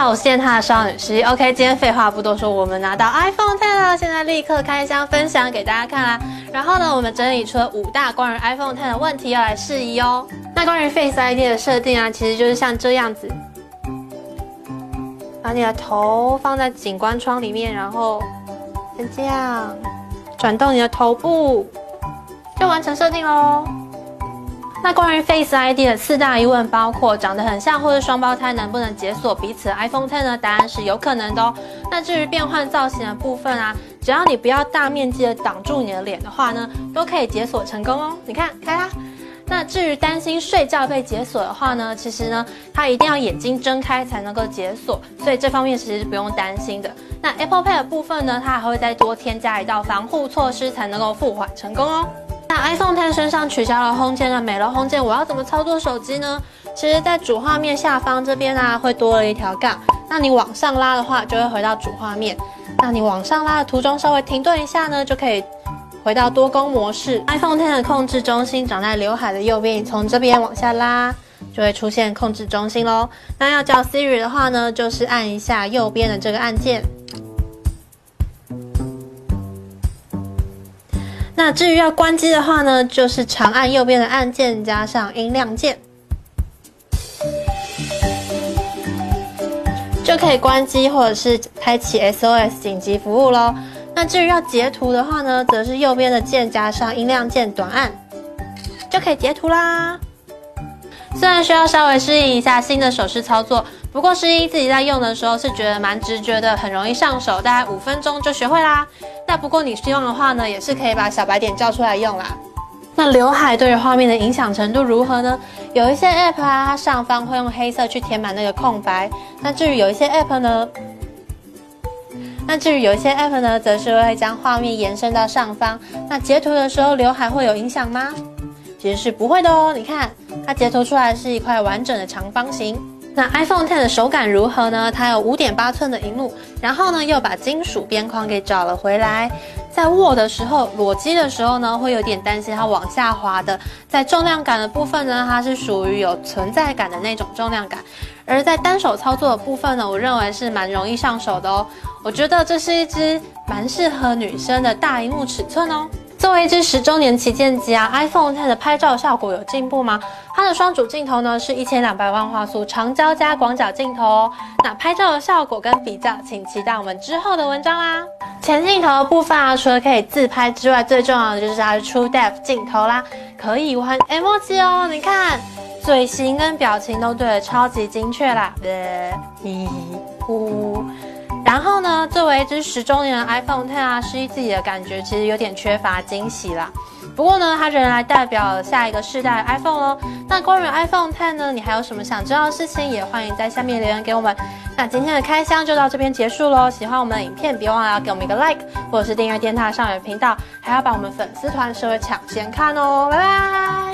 我是电塔的少女时。OK， 今天废话不多说，我们拿到 iPhone X 了，现在立刻开箱分享给大家看啦。然后呢，我们整理出了5大关于 iPhone X 的问题要来释疑哦。那关于 Face ID 的设定啊，其实就是像这样子，把你的头放在景观窗里面，然后像这样转动你的头部，就完成设定咯。那关于 Face ID 的4大疑问包括长得很像或是双胞胎能不能解锁彼此的 iPhone X 呢？答案是有可能的哦。那至于变换造型的部分啊，只要你不要大面积的挡住你的脸的话呢，都可以解锁成功哦。你看，开啦。那至于担心睡觉被解锁的话呢，其实呢，它一定要眼睛睁开才能够解锁，所以这方面其实是不用担心的。那 Apple Pay 的部分呢，它还会再多添加一道防护措施，才能够复缓成功哦。那 iPhone X 身上取消了 Home 键的美了 Home 键，我要怎么操作手机呢？其实，在主画面下方这边啊，会多了一条杠。那你往上拉的话，就会回到主画面。那你往上拉的途中稍微停顿一下呢，就可以回到多工模式。iPhone X 的控制中心长在刘海的右边，你从这边往下拉，就会出现控制中心咯。那要叫 Siri 的话呢，就是按一下右边的这个按键。那至于要关机的话呢，就是长按右边的按键加上音量键，就可以关机或者是开启 SOS 紧急服务咯。那至于要截图的话呢，则是右边的键加上音量键短按，就可以截图啦。虽然需要稍微适应一下新的手势操作，不过诗一自己在用的时候是觉得蛮直觉的，很容易上手，大概5分钟就学会啦。那不过你希望的话呢，也是可以把小白点叫出来用啦。那刘海对于画面的影响程度如何呢？有一些 App 啊，它上方会用黑色去填满那个空白。那至于有一些 App 呢，则是会将画面延伸到上方。那截图的时候，刘海会有影响吗？其实是不会的哦。你看，它截图出来是一块完整的长方形。那 iPhone X 的手感如何呢？它有5.8寸的萤幕，然后呢又把金属边框给找了回来。在握的时候，裸机的时候呢，会有点担心它往下滑的。在重量感的部分呢，它是属于有存在感的那种重量感。而在单手操作的部分呢，我认为是蛮容易上手的哦。我觉得这是一支蛮适合女生的大萤幕尺寸哦。作为一支10周年旗舰机啊 ，iPhone X 的拍照效果有进步吗？它的双主镜头呢是1200万画素长焦加广角镜头哦。那拍照的效果跟比较，请期待我们之后的文章啦。前镜头的部分啊，除了可以自拍之外，最重要的就是它的 True Depth 镜头啦，可以玩 emoji 哦。你看，嘴型跟表情都对得超级精确啦。然后呢，作为一支10周年的 iPhone X 啊，诗一自己的感觉其实有点缺乏惊喜啦。不过呢，它仍然代表了下一个世代的 iPhone 哦。那关于 iPhone X 呢，你还有什么想知道的事情，也欢迎在下面留言给我们。那今天的开箱就到这边结束咯。喜欢我们的影片，别忘了要给我们一个 like， 或者是订阅电塔少女频道，还要把我们粉丝团设为抢先看哦。拜拜。